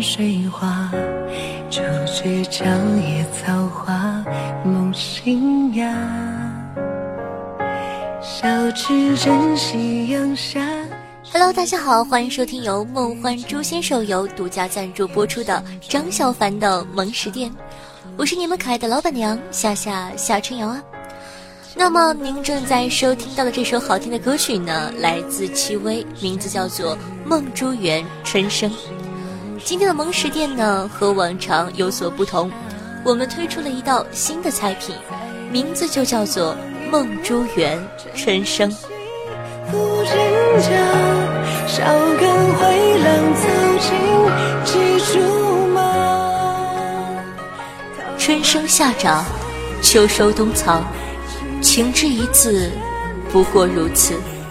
水花，竹菊长野草花梦新芽，小池珍惜阳夏。 Hello， 大家好，欢迎收听由梦幻诛仙手游独家赞助播出的张小凡的萌食店，我是你们可爱的老板娘夏春瑶啊。那么您正在收听到的这首好听的歌曲呢，来自戚薇，名字叫做《梦珠园春生》。今天的萌食店呢，和往常有所不同，我们推出了一道新的菜品，名字就叫做梦珠园春生。 夫人家少根回廊草径几竹马， 春生夏长，秋收冬藏，情之一字，不过如此。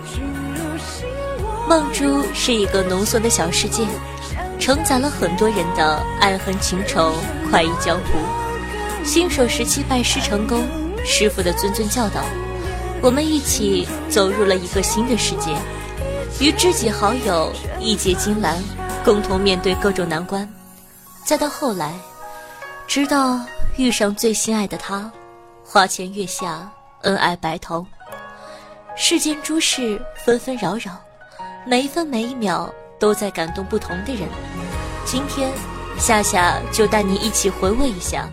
梦珠是一个浓缩的小世界，承载了很多人的爱恨情仇、快意江湖。新手时期拜师成功，师傅的谆谆教导，我们一起走入了一个新的世界，与知己好友一结金兰，共同面对各种难关。再到后来，直到遇上最心爱的他，花前月下，恩爱白头。世间诸事纷纷扰扰，每一分每一秒都在感动不同的人。今天夏夏就带你一起回味一下。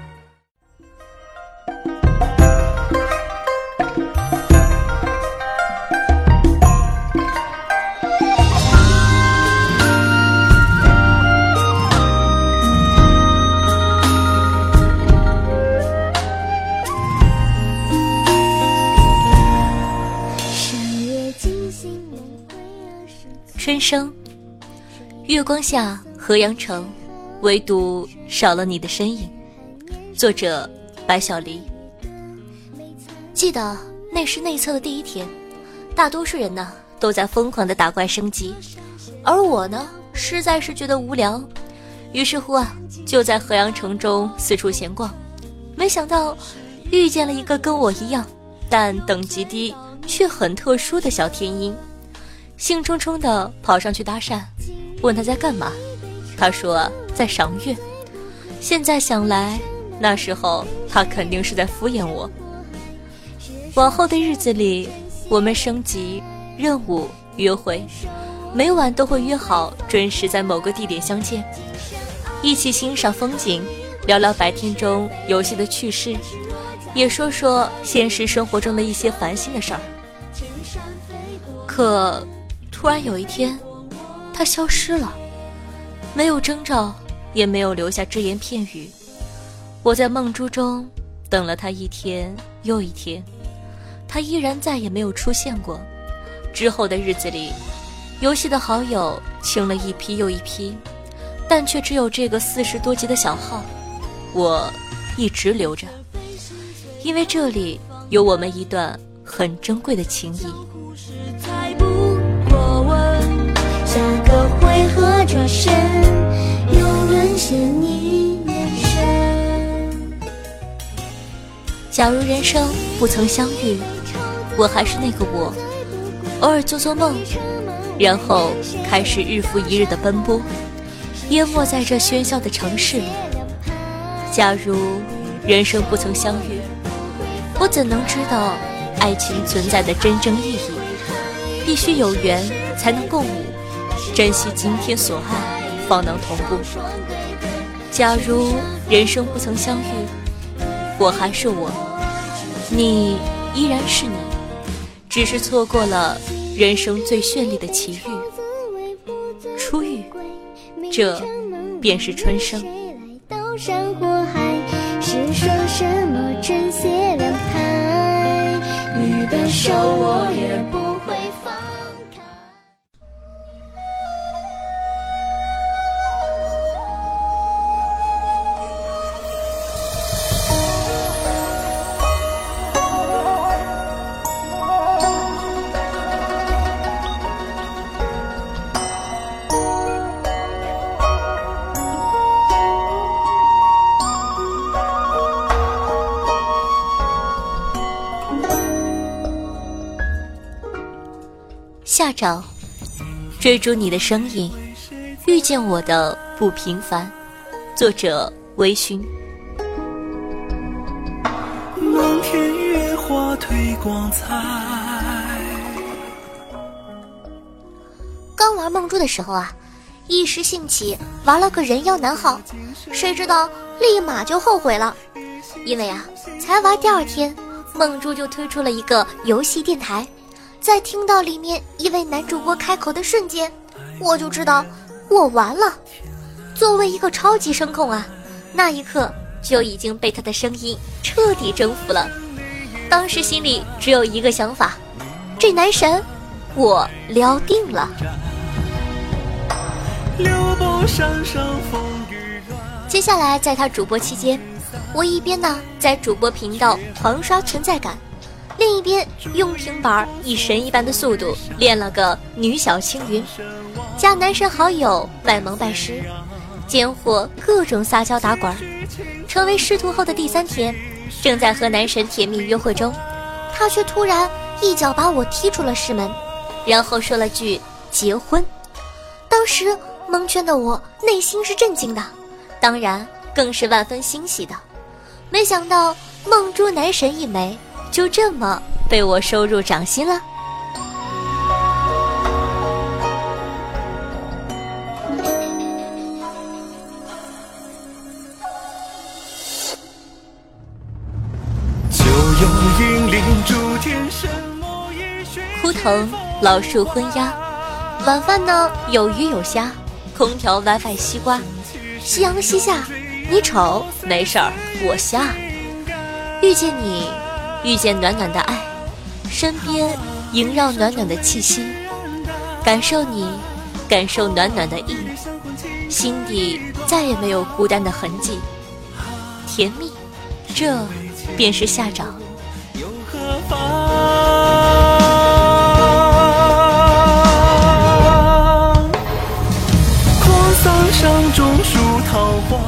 春生，月光下河阳城，唯独少了你的身影。作者白小黎。记得那是内测的第一天，大多数人呢都在疯狂的打怪升级，而我呢实在是觉得无聊，于是乎就在河阳城中四处闲逛。没想到遇见了一个跟我一样但等级低却很特殊的小天鹰，兴冲冲地跑上去搭讪，问他在干嘛。他说在赏月。现在想来，那时候他肯定是在敷衍我。往后的日子里，我们升级、任务、约会，每晚都会约好准时在某个地点相见，一起欣赏风景，聊聊白天中游戏的趣事，也说说现实生活中的一些烦心的事儿。可突然有一天，他消失了，没有征兆，也没有留下只言片语。我在梦珠中等了他一天又一天，他依然再也没有出现过。之后的日子里，游戏的好友清了一批又一批，但却只有这个40多级的小号，我一直留着，因为这里有我们一段很珍贵的情谊。 下个回合转身，永远是你眼神。 假如人生不曾相遇，我还是那个我，偶尔做做梦，然后开始日复一日的奔波，淹没在这喧嚣的城市里。假如人生不曾相遇，我怎能知道爱情存在的真正意义？必须有缘才能共舞，珍惜今天所爱，方能同步。假如人生不曾相遇，我还是我，你依然是你，只是错过了人生最绚丽的奇遇。初遇，这便是春生。 刀山火海，是说什么春谢两台，你的手我也不会放开。 夏找，追逐你的身影，遇见我的不平凡。作者微醺。 梦天月花推光彩。 刚玩梦珠的时候啊，一时兴起玩了个人妖男号，谁知道立马就后悔了。因为啊，才玩第2天，梦珠就推出了一个游戏电台，在听到里面一位男主播开口的瞬间，我就知道我完了。作为一个超级声控啊，那一刻就已经被他的声音彻底征服了。当时心里只有一个想法，这男神我撩定了。接下来在他主播期间，我一边呢在主播频道狂刷存在感，另一边用平板以神一般的速度练了个女小青云，加男神好友拜盟拜师，间或各种撒娇打滚。成为师徒后的第3天，正在和男神甜蜜约会中，他却突然一脚把我踢出了师门，然后说了句结婚。当时蒙圈的我内心是震惊的，当然更是万分欣喜的。没想到梦珠男神一枚就这么被我收入掌心了。枯藤老树昏鸦，晚饭呢有鱼有虾，空调 WiFi 西瓜，夕阳西下，你丑没事儿我瞎。遇见你，遇见暖暖的爱，身边萦绕暖暖的气息，感受你，感受暖暖的意，心底再也没有孤单的痕迹。甜蜜，这便是下场。上种树桃花。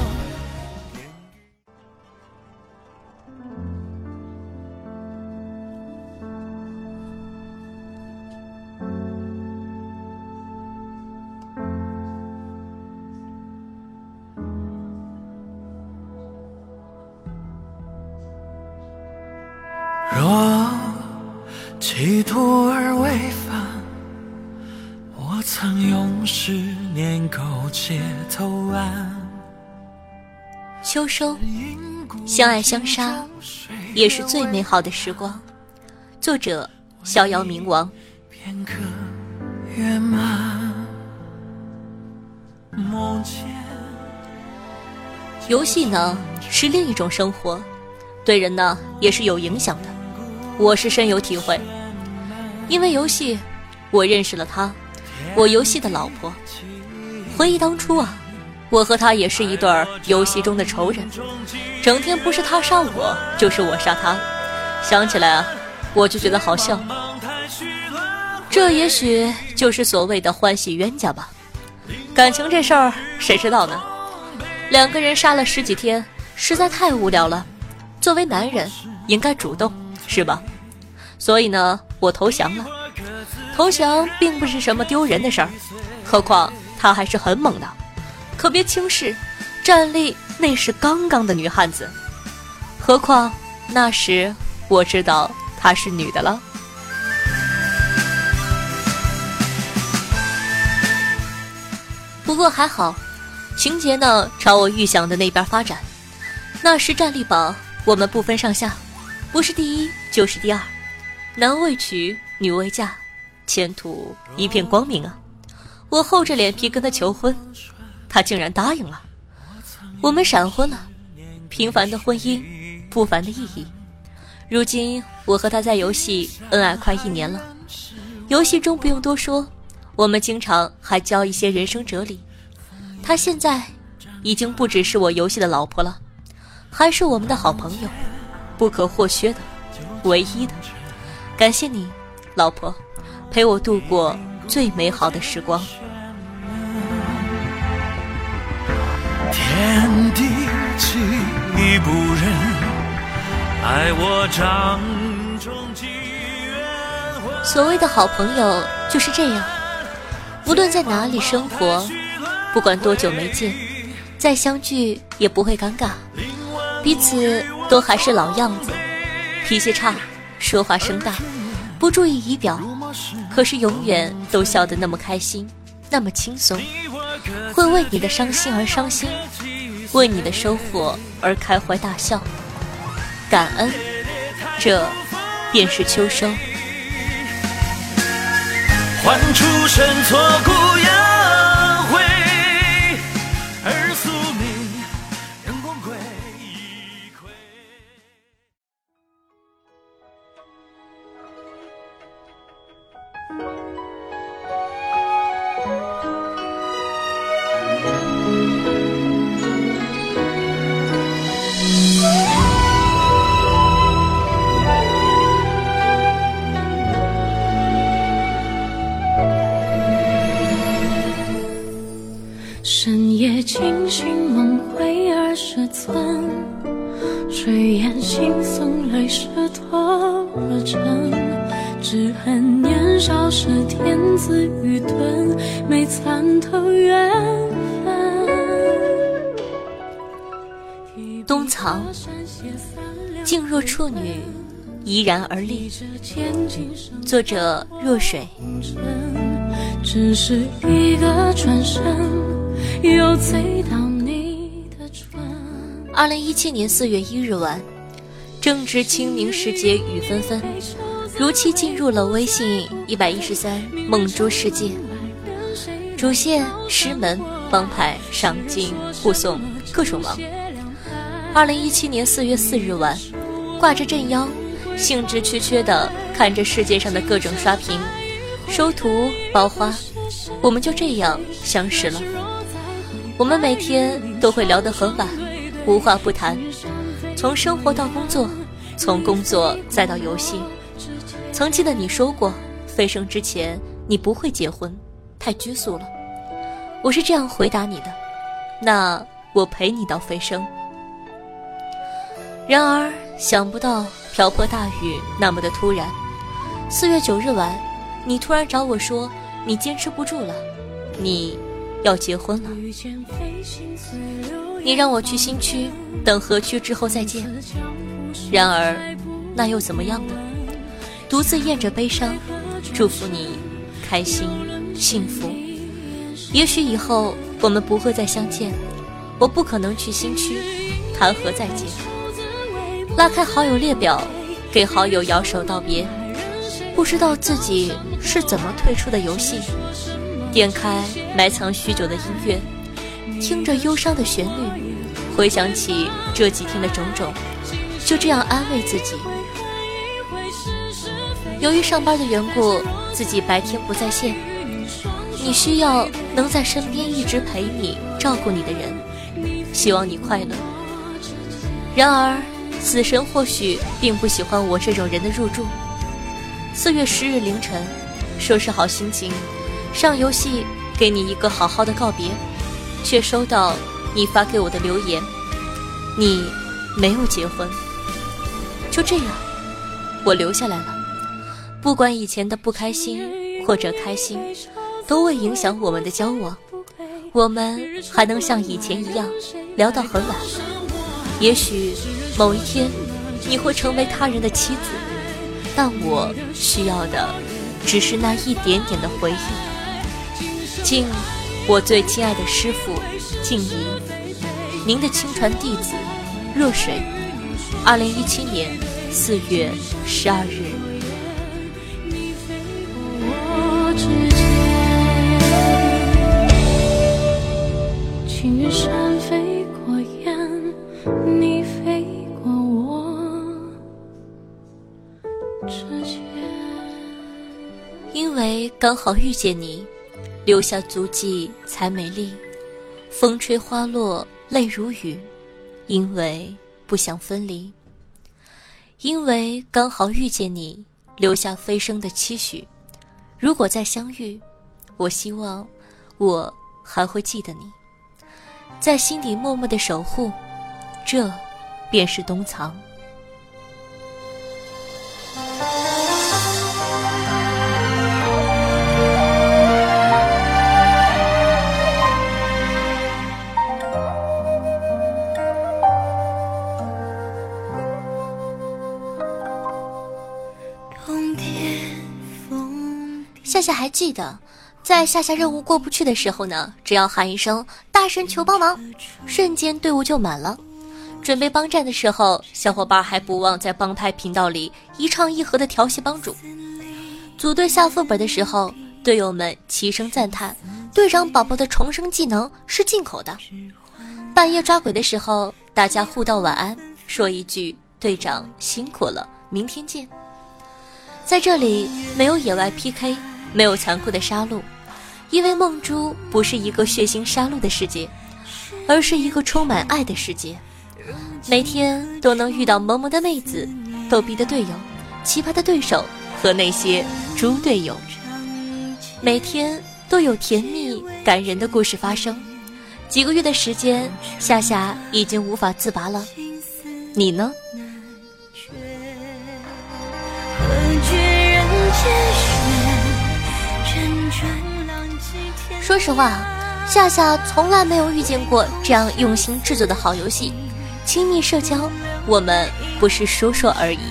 若企图而违反，我曾用10年苟且投案。 秋收，相爱相杀，也是最美好的时光。作者：逍遥冥王。 片刻圆满，梦见。 游戏呢，是另一种生活，对人呢也是有影响的。我是深有体会，因为游戏，我认识了她。我游戏的老婆。回忆当初啊，我和她也是一对游戏中的仇人，整天不是她杀我，就是我杀她。想起来啊，我就觉得好笑。这也许就是所谓的欢喜冤家吧。感情这事儿谁知道呢？2个人杀了10几天，实在太无聊了。作为男人，应该主动，是吧？所以呢，我投降了。投降并不是什么丢人的事儿，何况她还是很猛的，可别轻视，战力那是刚刚的女汉子。何况那时我知道她是女的了。不过还好，情节呢朝我预想的那边发展。那时战力榜我们不分上下，不是第1就是第2，男未娶女未嫁，前途一片光明啊！我厚着脸皮跟他求婚，他竟然答应了。我们闪婚了，平凡的婚姻，不凡的意义。如今我和他在游戏恩爱快1年了，游戏中不用多说，我们经常还教一些人生哲理。他现在已经不只是我游戏的老婆了，还是我们的好朋友，不可或缺的，唯一的。感谢你，老婆，陪我度过最美好的时光。 天地岂不仁，爱我掌中几缘魂。 所谓的好朋友就是这样，无论在哪里生活， 不管多久没见，再相聚也不会尴尬，彼此都还是老样子，脾气差，说话声大，不注意仪表，可是永远都笑得那么开心，那么轻松，会为你的伤心而伤心，为你的收获而开怀大笑。感恩，这便是秋收。 唤出生错孤阳辉，而宿命任光辉一篑。 深夜惊醒梦回20寸，睡眼惺忪泪湿脱若尘，只恨年少时天资愚钝，没参透缘分。 冬藏，静若处女，怡然而立。作者若水。 只是一个转身，又醉到你的唇。 2017年4月1日晚，正值清明时节雨纷纷，如期进入了微信113梦珠世界。主线、师门、帮派、赏金、护送，各种忙。2017年4月4日晚，挂着镇腰，兴致缺缺地看着世界上的各种刷屏、收图、包花，我们就这样相识了。我们每天都会聊得很晚，无话不谈，从生活到工作，从工作再到游戏。曾记得你说过，飞升之前你不会结婚，太拘束了。我是这样回答你的，那我陪你到飞升。然而想不到瓢泼大雨那么的突然。4月9日晚，你突然找我说你坚持不住了，你要结婚了。你让我去新区等河区之后再见。然而那又怎么样呢？独自咽着悲伤，祝福你开心幸福。也许以后我们不会再相见，我不可能去新区，谈何再见。拉开好友列表，给好友摇手道别，不知道自己是怎么退出的游戏。点开埋藏许久的音乐，听着忧伤的旋律，回想起这几天的种种，就这样安慰自己。由于上班的缘故，自己白天不在线，你需要能在身边一直陪你照顾你的人，希望你快乐。然而死神或许并不喜欢我这种人的入住。4月10日凌晨，收拾好心情上游戏，给你一个好好的告别，却收到你发给我的留言，你没有结婚。就这样，我留下来了。不管以前的不开心或者开心，都未影响我们的交往，我们还能像以前一样聊到很晚。也许某一天你会成为他人的妻子，但我需要的只是那一点点的回忆。敬我最亲爱的师父静怡，您的亲传弟子若水。2017年4月12日。 青云山飞过雁，你飞过我之间。 因为刚好遇见你，留下足迹才美丽。风吹花落泪如雨，因为不想分离。因为刚好遇见你，留下飞升的期许。如果再相遇，我希望我还会记得你，在心底默默的守护，这便是冬藏。 还记得在夏夏任务过不去的时候呢，只要喊一声大神求帮忙，瞬间队伍就满了。准备帮战的时候，小伙伴还不忘在帮派频道里一唱一和的调戏帮主。组队下副本的时候，队友们齐声赞叹队长宝宝的重生技能是进口的。半夜抓鬼的时候，大家互道晚安，说一句队长辛苦了，明天见。在这里没有野外 PK， 没有残酷的杀戮，因为梦珠不是一个血腥杀戮的世界，而是一个充满爱的世界。每天都能遇到萌萌的妹子，逗逼的队友，奇葩的对手和那些猪队友，每天都有甜蜜感人的故事发生。几个月的时间，夏夏已经无法自拔了，你呢？说实话，夏夏从来没有遇见过这样用心制作的好游戏。亲密社交，我们不是说说而已。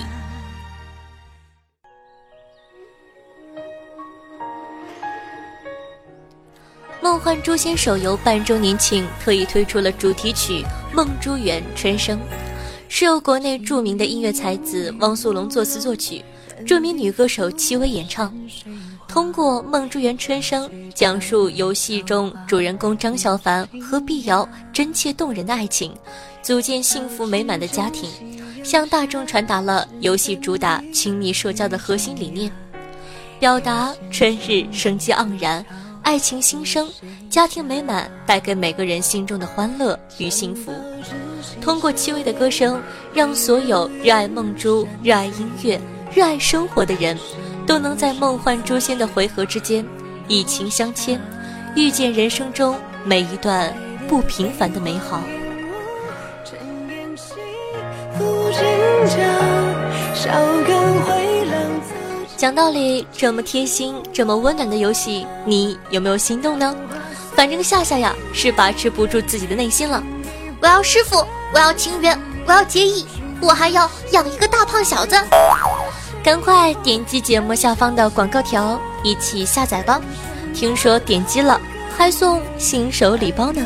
梦幻诛仙手游半周年庆特意推出了主题曲《梦珠园春生》，是由国内著名的音乐才子汪苏泷作词作曲，著名女歌手戚薇演唱。通过《梦珠园春生》讲述游戏中主人公张小凡和碧瑶真切动人的爱情，组建幸福美满的家庭，向大众传达了游戏主打亲密社交的核心理念，表达春日生机盎然，爱情新生，家庭美满带给每个人心中的欢乐与幸福。通过戚薇的歌声，让所有热爱梦珠、热爱音乐、热爱生活的人都能在梦幻诛仙的回合之间以情相牵，遇见人生中每一段不平凡的美好。讲道理，这么贴心这么温暖的游戏，你有没有心动呢？反正夏夏呀是把持不住自己的内心了。 我要师傅，我要情缘，我要结义，我还要养一个大胖小子。赶快点击节目下方的广告条一起下载吧，听说点击了还送新手礼包呢。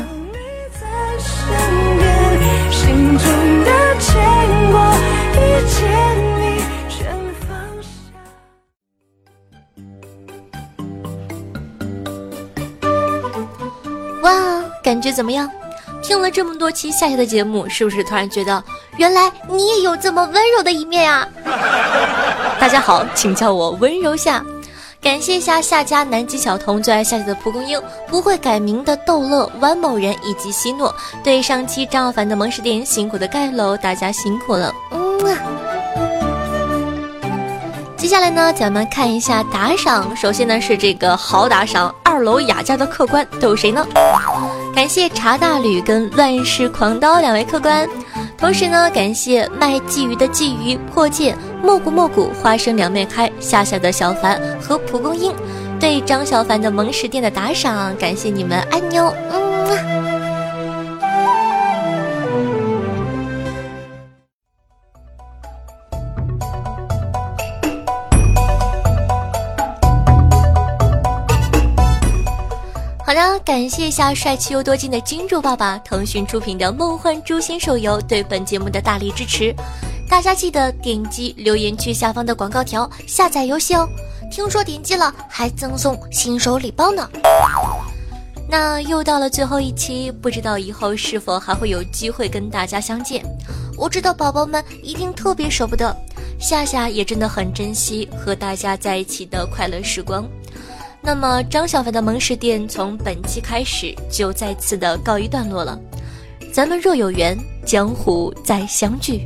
心中的牵挂一见你全放下。哇，感觉怎么样？听了这么多期夏夏的节目，是不是突然觉得原来你也有这么温柔的一面啊？大家好，请叫我温柔夏。感谢一下夏家南极小童、最爱夏夏的蒲公英、不会改名的逗乐、弯某人以及希诺，对上期张小凡的萌食店辛苦的盖楼，大家辛苦了。接下来呢，咱们看一下打赏。首先呢是这个好打赏，2楼雅家的客官都有谁呢？感谢茶大吕跟乱世狂刀2位客官，同时呢感谢卖鲫鱼的鲫鱼、破剑、蘑菇、花生两面开、夏夏的小凡和蒲公英对张小凡的萌食店的打赏，感谢你们，爱你哦。好的，感谢一下帅气又多金的金主爸爸，腾讯出品的《梦幻诛仙》手游对本节目的大力支持，大家记得点击留言区下方的广告条下载游戏哦，听说点击了还赠送新手礼包呢。那又到了最后一期，不知道以后是否还会有机会跟大家相见，我知道宝宝们一定特别舍不得，夏夏也真的很珍惜和大家在一起的快乐时光。那么张小凡的萌食店从本期开始就再次的告一段落了，咱们若有缘，江湖再相聚。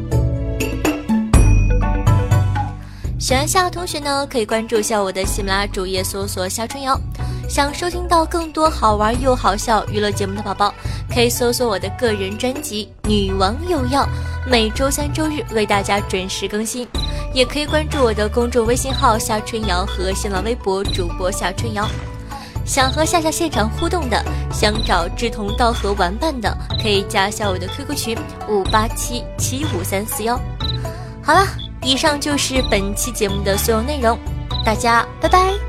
喜欢夏同学呢，可以关注一下我的喜马拉雅主页，搜索夏春瑶。想收听到更多好玩又好笑娱乐节目的宝宝，可以搜索我的个人专辑《女王有药》，每周3、周日为大家准时更新。也可以关注我的公众微信号夏春瑶和新浪微博主播夏春瑶。想和夏夏现场互动的，想找志同道合玩伴的，可以加下我的 QQ 群587753441。好了，以上就是本期节目的所有内容，大家拜拜。